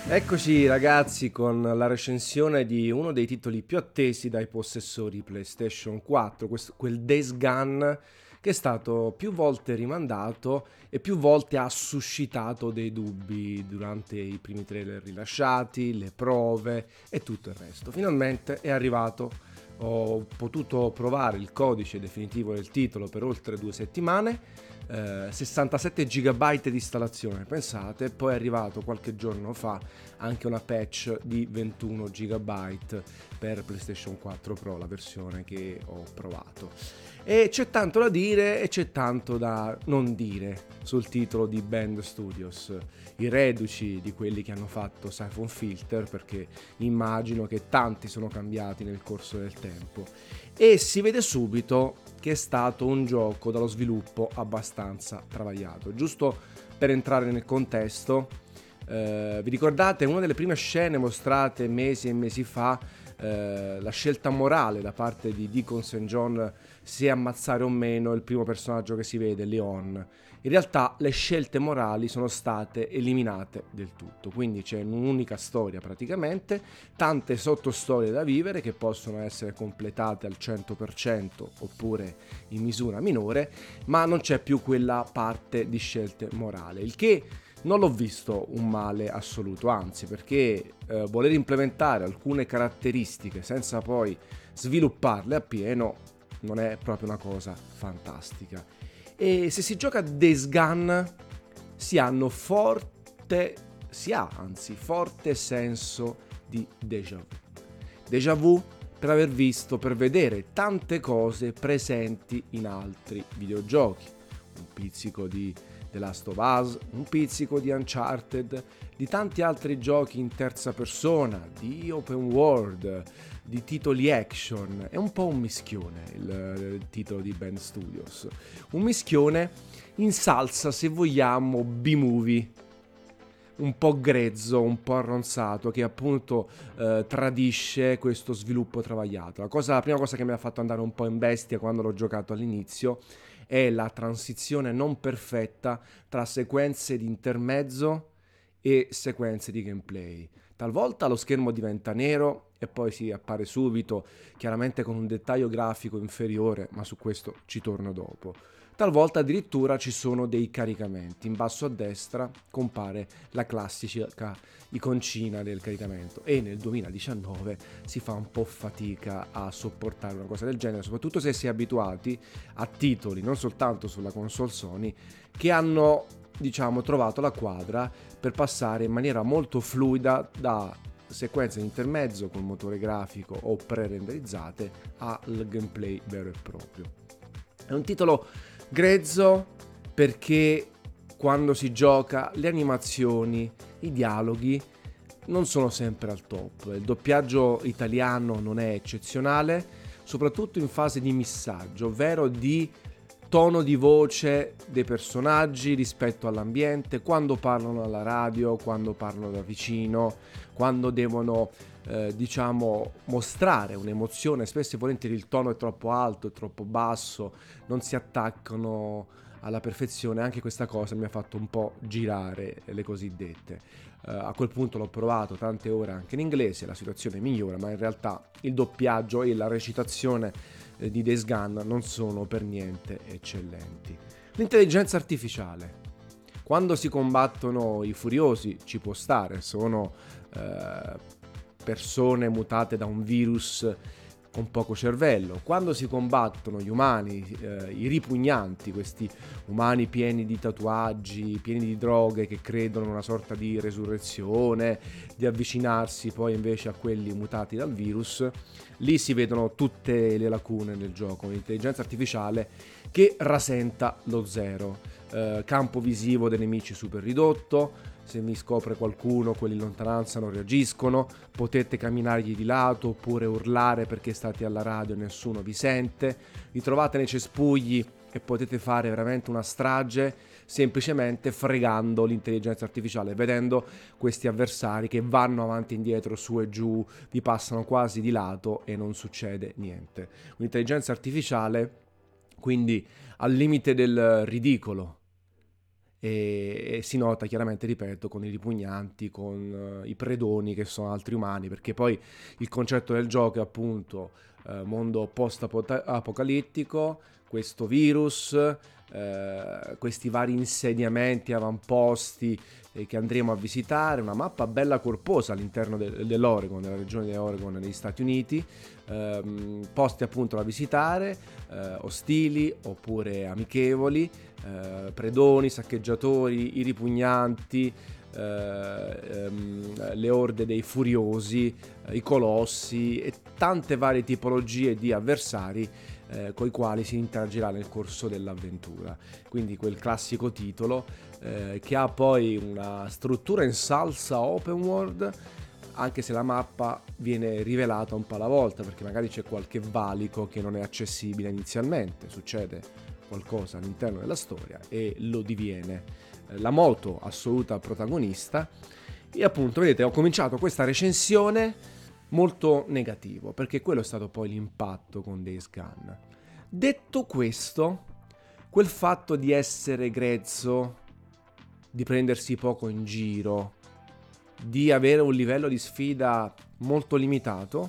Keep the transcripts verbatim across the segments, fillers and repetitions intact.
Eccoci ragazzi con la recensione di uno dei titoli più attesi dai possessori PlayStation quattro, questo- quel Days Gone che è stato più volte rimandato e più volte ha suscitato dei dubbi durante i primi trailer rilasciati, le prove e tutto il resto. Finalmente è arrivato, ho potuto provare il codice definitivo del titolo per oltre due settimane. Eh, sessantasette giga di installazione, pensate, poi è arrivato qualche giorno fa anche una patch di ventuno giga per PlayStation quattro Pro, la versione che ho provato. E c'è tanto da dire e c'è tanto da non dire sul titolo di Bend Studios, i reduci di quelli che hanno fatto Siphon Filter, perché immagino che tanti sono cambiati nel corso del tempo. E si vede subito che è stato un gioco dallo sviluppo abbastanza travagliato. Giusto per entrare nel contesto, eh, vi ricordate una delle prime scene mostrate mesi e mesi fa, eh, la scelta morale da parte di Deacon Saint John se ammazzare o meno il primo personaggio che si vede, Leon. In realtà le scelte morali sono state eliminate del tutto, quindi c'è un'unica storia praticamente, tante sottostorie da vivere che possono essere completate al cento per cento oppure in misura minore, ma non c'è più quella parte di scelte morali, il che non l'ho visto un male assoluto, anzi, perché eh, voler implementare alcune caratteristiche senza poi svilupparle appieno non è proprio una cosa fantastica. E se si gioca a Days Gone si hanno forte, si ha anzi forte senso di déjà vu. Déjà vu per aver visto, per vedere tante cose presenti in altri videogiochi. Un pizzico di The Last of Us, un pizzico di Uncharted, di tanti altri giochi in terza persona, di open world, di titoli action. È un po' un mischione il, il titolo di Bend Studios. Un mischione in salsa, se vogliamo, B-movie. Un po' grezzo, un po' arronzato, che appunto eh, tradisce questo sviluppo travagliato. La, cosa, la prima cosa che mi ha fatto andare un po' in bestia quando l'ho giocato all'inizio è la transizione non perfetta tra sequenze di intermezzo e sequenze di gameplay. Talvolta lo schermo diventa nero e poi si appare subito, chiaramente con un dettaglio grafico inferiore, ma su questo ci torno dopo. Talvolta addirittura ci sono dei caricamenti. In basso a destra compare la classica iconcina del caricamento e nel duemiladiciannove si fa un po' fatica a sopportare una cosa del genere, soprattutto se si è abituati a titoli non soltanto sulla console Sony che hanno, diciamo, trovato la quadra per passare in maniera molto fluida da sequenze di intermezzo con motore grafico o pre-renderizzate al gameplay vero e proprio. È un titolo grezzo perché quando si gioca le animazioni, i dialoghi non sono sempre al top. Il doppiaggio italiano non è eccezionale, soprattutto in fase di missaggio, ovvero di tono di voce dei personaggi rispetto all'ambiente, quando parlano alla radio, quando parlano da vicino, quando devono eh, diciamo mostrare un'emozione. Spesso e volentieri il tono è troppo alto, è troppo basso, non si attaccano alla perfezione. Anche questa cosa mi ha fatto un po' girare le cosiddette. Uh, a quel punto l'ho provato tante ore anche in inglese, la situazione migliora, ma in realtà il doppiaggio e la recitazione eh, di Days Gone non sono per niente eccellenti. L'intelligenza artificiale. Quando si combattono i furiosi ci può stare, sono eh, persone mutate da un virus con poco cervello. Quando si combattono gli umani, eh, i ripugnanti, questi umani pieni di tatuaggi, pieni di droghe, che credono in una sorta di resurrezione, di avvicinarsi poi invece a quelli mutati dal virus, lì si vedono tutte le lacune del gioco. Un'intelligenza artificiale che rasenta lo zero, eh, campo visivo dei nemici super ridotto. Se mi scopre qualcuno, quelli in lontananza non reagiscono, potete camminargli di lato oppure urlare perché state alla radio e nessuno vi sente, vi trovate nei cespugli e potete fare veramente una strage semplicemente fregando l'intelligenza artificiale, vedendo questi avversari che vanno avanti e indietro, su e giù, vi passano quasi di lato e non succede niente. Un'intelligenza artificiale quindi al limite del ridicolo e, e si nota chiaramente, ripeto, con i ripugnanti, con uh, i predoni che sono altri umani, perché poi il concetto del gioco è appunto uh, mondo post-apocalittico, questo virus, uh, questi vari insediamenti, avamposti eh, che andremo a visitare, una mappa bella corposa all'interno de- dell'Oregon, della regione dell'Oregon negli Stati Uniti, ehm, posti appunto da visitare, eh, ostili oppure amichevoli, eh, predoni, saccheggiatori, i ripugnanti, eh, ehm, le orde dei furiosi, eh, i colossi e tante varie tipologie di avversari eh, con i quali si interagirà nel corso dell'avventura. Quindi quel classico titolo eh, che ha poi una struttura in salsa open world, anche se la mappa viene rivelata un po' alla volta, perché magari c'è qualche valico che non è accessibile inizialmente, succede qualcosa all'interno della storia e lo diviene. La moto assoluta protagonista. E appunto, vedete, ho cominciato questa recensione molto negativo, perché quello è stato poi l'impatto con Days Gone. Detto questo, quel fatto di essere grezzo, di prendersi poco in giro, di avere un livello di sfida molto limitato,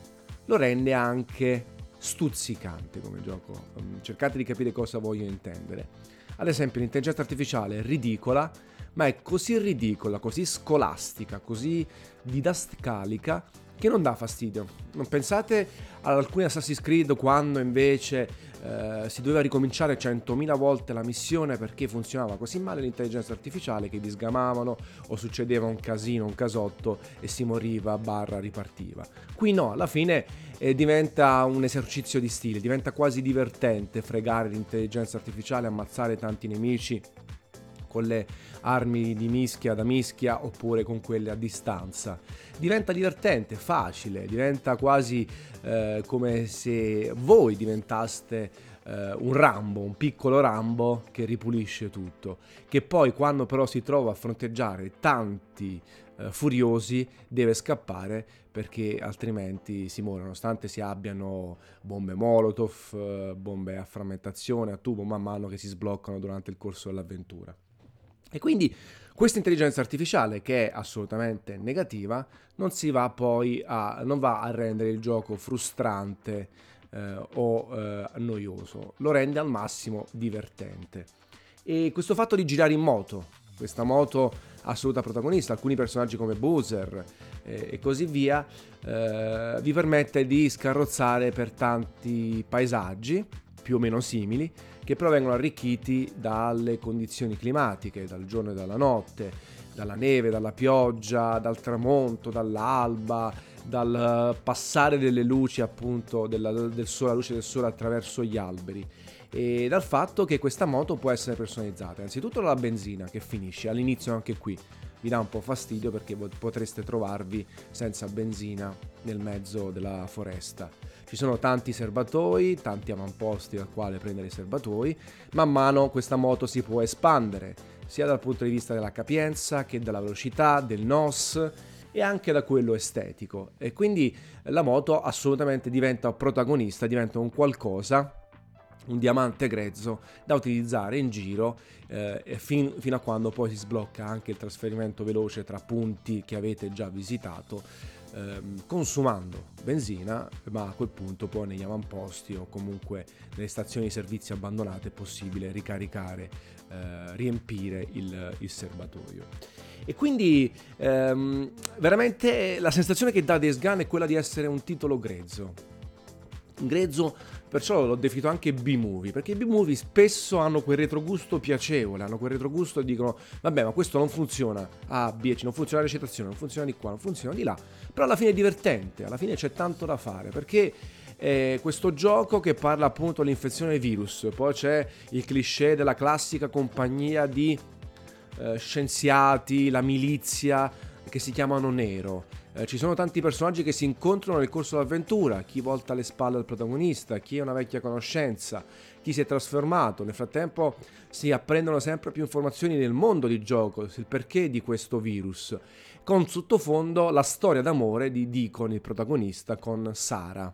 lo rende anche stuzzicante come gioco. Cercate di capire cosa voglio intendere. Ad esempio, l'intelligenza artificiale è ridicola, ma è così ridicola, così scolastica, così didascalica che non dà fastidio. Non pensate ad alcuni Assassin's Creed quando invece eh, si doveva ricominciare centomila volte la missione perché funzionava così male l'intelligenza artificiale che vi sgamavano o succedeva un casino, un casotto e si moriva barra ripartiva. Qui no, alla fine eh, diventa un esercizio di stile, diventa quasi divertente fregare l'intelligenza artificiale, ammazzare tanti nemici con le armi di mischia da mischia oppure con quelle a distanza. Diventa divertente, facile, diventa quasi eh, come se voi diventaste eh, un Rambo, un piccolo Rambo che ripulisce tutto, che poi quando però si trova a fronteggiare tanti eh, furiosi deve scappare perché altrimenti si muore, nonostante si abbiano bombe Molotov, eh, bombe a frammentazione, a tubo man mano che si sbloccano durante il corso dell'avventura. E quindi questa intelligenza artificiale, che è assolutamente negativa, non si va poi a, non va a rendere il gioco frustrante eh, o eh, noioso, lo rende al massimo divertente. E questo fatto di girare in moto, questa moto assoluta protagonista, alcuni personaggi come Bowser eh, e così via, eh, vi permette di scarrozzare per tanti paesaggi più o meno simili, che però vengono arricchiti dalle condizioni climatiche, dal giorno e dalla notte, dalla neve, dalla pioggia, dal tramonto, dall'alba, dal passare delle luci appunto della, del sole, la luce del sole attraverso gli alberi, e dal fatto che questa moto può essere personalizzata. Anzitutto la benzina che finisce all'inizio, anche qui vi dà un po' fastidio perché potreste trovarvi senza benzina nel mezzo della foresta. Ci sono tanti serbatoi, tanti avamposti dal quale prendere i serbatoi. Man mano questa moto si può espandere, sia dal punto di vista della capienza che della velocità, del N O S e anche da quello estetico. E quindi la moto assolutamente diventa protagonista, diventa un qualcosa, un diamante grezzo da utilizzare in giro eh, fin, fino a quando poi si sblocca anche il trasferimento veloce tra punti che avete già visitato, ehm, consumando benzina, ma a quel punto poi negli avamposti o comunque nelle stazioni di servizio abbandonate è possibile ricaricare, eh, riempire il, il serbatoio. E quindi ehm, veramente la sensazione che dà Days Gone è quella di essere un titolo grezzo. Grezzo, perciò l'ho definito anche B-movie, perché i B-movie spesso hanno quel retrogusto piacevole, hanno quel retrogusto e dicono vabbè, ma questo non funziona A, B e C, non funziona la recitazione, non funziona di qua, non funziona di là, però alla fine è divertente, alla fine c'è tanto da fare, perché eh, questo gioco che parla appunto dell'infezione virus, poi c'è il cliché della classica compagnia di eh, scienziati, la milizia che si chiamano Nero. Eh, ci sono tanti personaggi che si incontrano nel corso dell'avventura, chi volta le spalle al protagonista, chi è una vecchia conoscenza, chi si è trasformato. Nel frattempo si apprendono sempre più informazioni nel mondo di gioco, il perché di questo virus, con sottofondo la storia d'amore di Deacon, il protagonista, con Sara,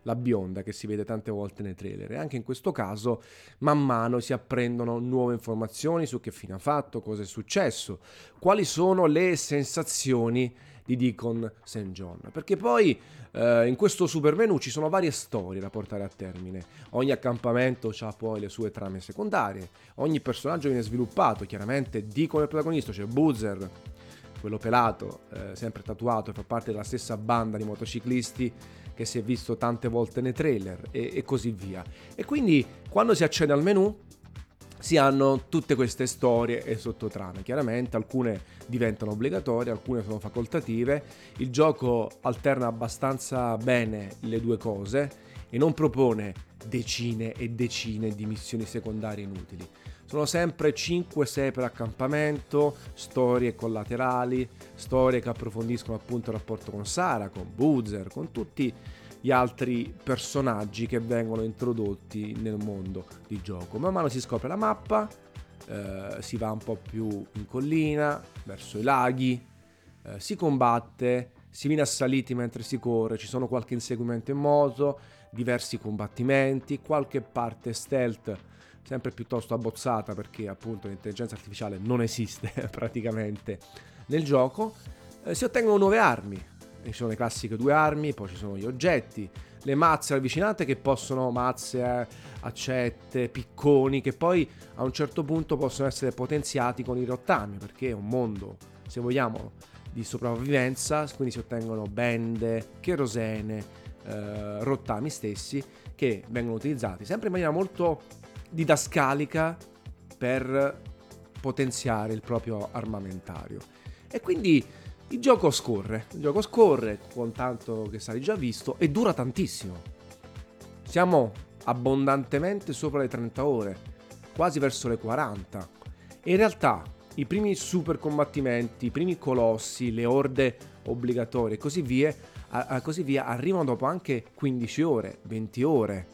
la bionda che si vede tante volte nei trailer. E anche in questo caso man mano si apprendono nuove informazioni su che fine ha fatto, cosa è successo, quali sono le sensazioni di Deacon Saint John, perché poi eh, in questo super menù ci sono varie storie da portare a termine. Ogni accampamento ha poi le sue trame secondarie, ogni personaggio viene sviluppato, chiaramente Deacon è il protagonista, c'è Boozer, quello pelato, eh, sempre tatuato, e fa parte della stessa banda di motociclisti che si è visto tante volte nei trailer, e, e così via. E quindi quando si accede al menu si hanno tutte queste storie e sottotrame. Chiaramente alcune diventano obbligatorie, alcune sono facoltative. Il gioco alterna abbastanza bene le due cose e non propone decine e decine di missioni secondarie inutili. Sono sempre cinque sei per accampamento, storie collaterali, storie che approfondiscono appunto il rapporto con Sarah, con Boozer, con tutti gli altri personaggi che vengono introdotti nel mondo di gioco. Man mano si scopre la mappa, eh, si va un po' più in collina, verso i laghi, eh, si combatte, si viene assaliti mentre si corre, ci sono qualche inseguimento in moto, diversi combattimenti, qualche parte stealth sempre piuttosto abbozzata perché appunto l'intelligenza artificiale non esiste praticamente nel gioco. Eh, si ottengono nuove armi, ci sono le classiche due armi, poi ci sono gli oggetti, le mazze ravvicinate che possono, mazze, accette, picconi, che poi a un certo punto possono essere potenziati con i rottami, perché è un mondo, se vogliamo, di sopravvivenza, quindi si ottengono bende, cherosene, eh, rottami stessi che vengono utilizzati sempre in maniera molto didascalica per potenziare il proprio armamentario. E quindi il gioco scorre, il gioco scorre con tanto che sarei già visto e dura tantissimo. Siamo abbondantemente sopra le trenta ore, quasi verso le quaranta. E in realtà i primi super combattimenti, i primi colossi, le orde obbligatorie e così via, a, a così via arrivano dopo anche quindici ore, venti ore.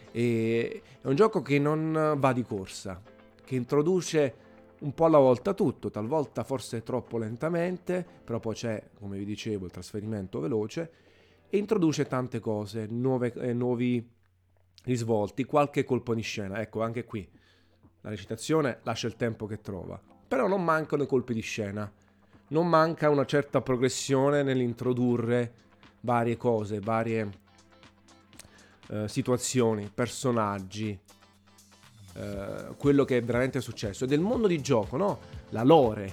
E è un gioco che non va di corsa, che introduce un po' alla volta tutto, talvolta forse troppo lentamente, però poi c'è, come vi dicevo, il trasferimento veloce e introduce tante cose, nuove, eh, nuovi risvolti, qualche colpo di scena. Ecco, anche qui la recitazione lascia il tempo che trova, però non mancano i colpi di scena, non manca una certa progressione nell'introdurre varie cose, varie Uh, situazioni, personaggi, uh, quello che è veramente successo. E del mondo di gioco, no? La lore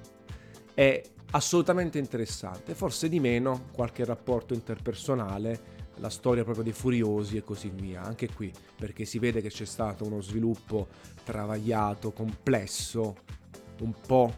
è assolutamente interessante, forse di meno qualche rapporto interpersonale, la storia proprio dei furiosi e così via, anche qui, perché si vede che c'è stato uno sviluppo travagliato, complesso, un po'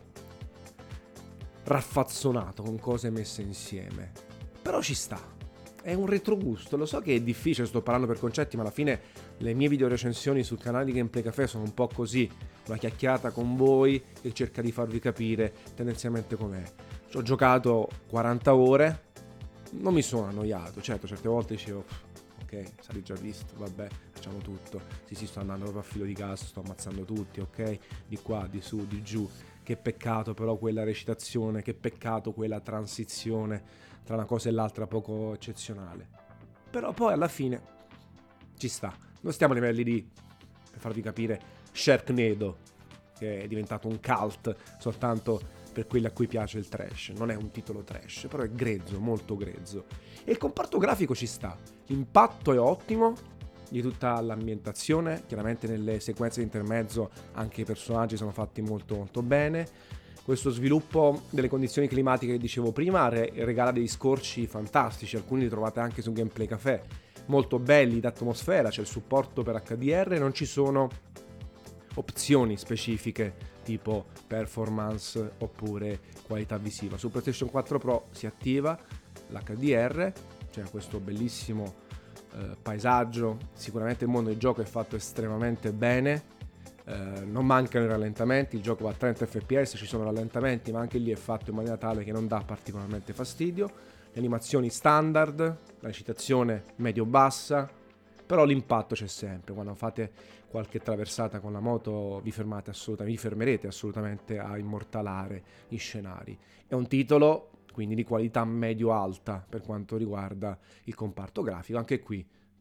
raffazzonato, con cose messe insieme. Però ci sta. È un retrogusto, lo so che è difficile, sto parlando per concetti, ma alla fine le mie video recensioni sul canale di Gameplay Café sono un po' così, una chiacchierata con voi che cerca di farvi capire tendenzialmente com'è. Ci ho giocato quaranta ore, non mi sono annoiato, certo, certe volte dicevo, ok, sarei già visto, vabbè, facciamo tutto, sì sì, sto andando proprio a filo di gas, sto ammazzando tutti, ok, di qua, di su, di giù, che peccato però quella recitazione, che peccato quella transizione tra una cosa e l'altra poco eccezionale. Però poi alla fine ci sta. Non stiamo a livelli di, per farvi capire, Sharknado, che è diventato un cult soltanto per quelli a cui piace il trash. Non è un titolo trash, però è grezzo, molto grezzo. E il comparto grafico ci sta. L'impatto è ottimo di tutta l'ambientazione. Chiaramente nelle sequenze di intermezzo anche i personaggi sono fatti molto molto bene. Questo sviluppo delle condizioni climatiche che dicevo prima regala degli scorci fantastici, alcuni li trovate anche su Gameplay Café, molto belli d'atmosfera, c'è il supporto per H D R, non ci sono opzioni specifiche tipo performance oppure qualità visiva. Su PlayStation quattro Pro si attiva l'H D R, c'è questo bellissimo eh, paesaggio, sicuramente il mondo del gioco è fatto estremamente bene. Uh, non mancano i rallentamenti, il gioco va a trenta F P S, ci sono rallentamenti, ma anche lì è fatto in maniera tale che non dà particolarmente fastidio. Le animazioni standard, la recitazione medio-bassa, però l'impatto c'è sempre. Quando fate qualche traversata con la moto vi fermate assolutamente, vi fermerete assolutamente a immortalare gli scenari. È un titolo quindi di qualità medio-alta per quanto riguarda il comparto grafico, anche qui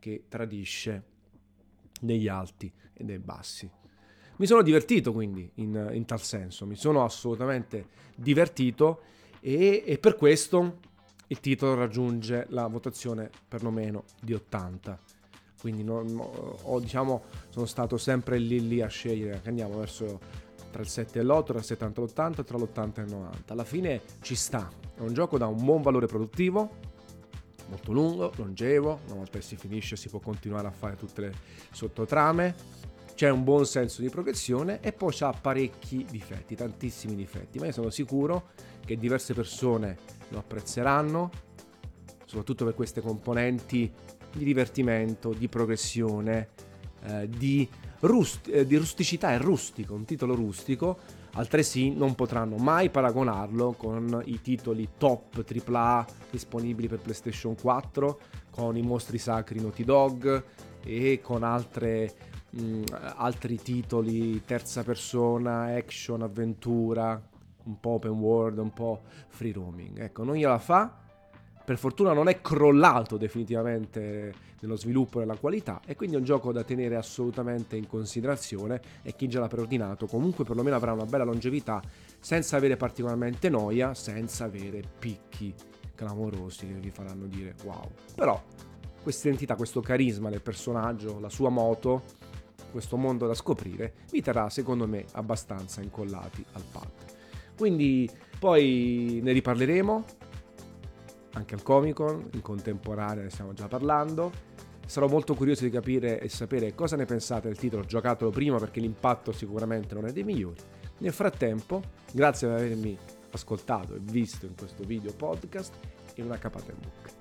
che tradisce degli alti e dei bassi. Mi sono divertito quindi in, in tal senso, mi sono assolutamente divertito e, e per questo il titolo raggiunge la votazione perlomeno di ottanta. Quindi non, ho, diciamo, sono stato sempre lì lì a scegliere, andiamo verso tra il sette e l'otto, tra il settanta e l'ottanta, tra l'ottanta e il novanta. Alla fine ci sta, è un gioco da un buon valore produttivo, molto lungo, longevo, una volta che si finisce si può continuare a fare tutte le sottotrame, c'è un buon senso di progressione e poi c'ha parecchi difetti, tantissimi difetti, ma io sono sicuro che diverse persone lo apprezzeranno, soprattutto per queste componenti di divertimento, di progressione, eh, di, rust- eh, di rusticità e rustico, un titolo rustico. Altresì non potranno mai paragonarlo con i titoli top tripla A disponibili per PlayStation quattro, con i mostri sacri Naughty Dog e con altre, mh, altri titoli terza persona, action, avventura, un po' open world, un po' free roaming. Ecco, non gliela fa. Per fortuna non è crollato definitivamente nello sviluppo e nella qualità, e quindi è un gioco da tenere assolutamente in considerazione, e chi già l'ha preordinato comunque perlomeno avrà una bella longevità senza avere particolarmente noia, senza avere picchi clamorosi che vi faranno dire wow. Però questa identità, questo carisma del personaggio, la sua moto, questo mondo da scoprire vi terrà secondo me abbastanza incollati al pad. Quindi poi ne riparleremo anche al Comic-Con, in contemporanea ne stiamo già parlando. Sarò molto curioso di capire e sapere cosa ne pensate del titolo, giocatelo prima perché l'impatto sicuramente non è dei migliori. Nel frattempo, grazie per avermi ascoltato e visto in questo video podcast e una capata in bocca.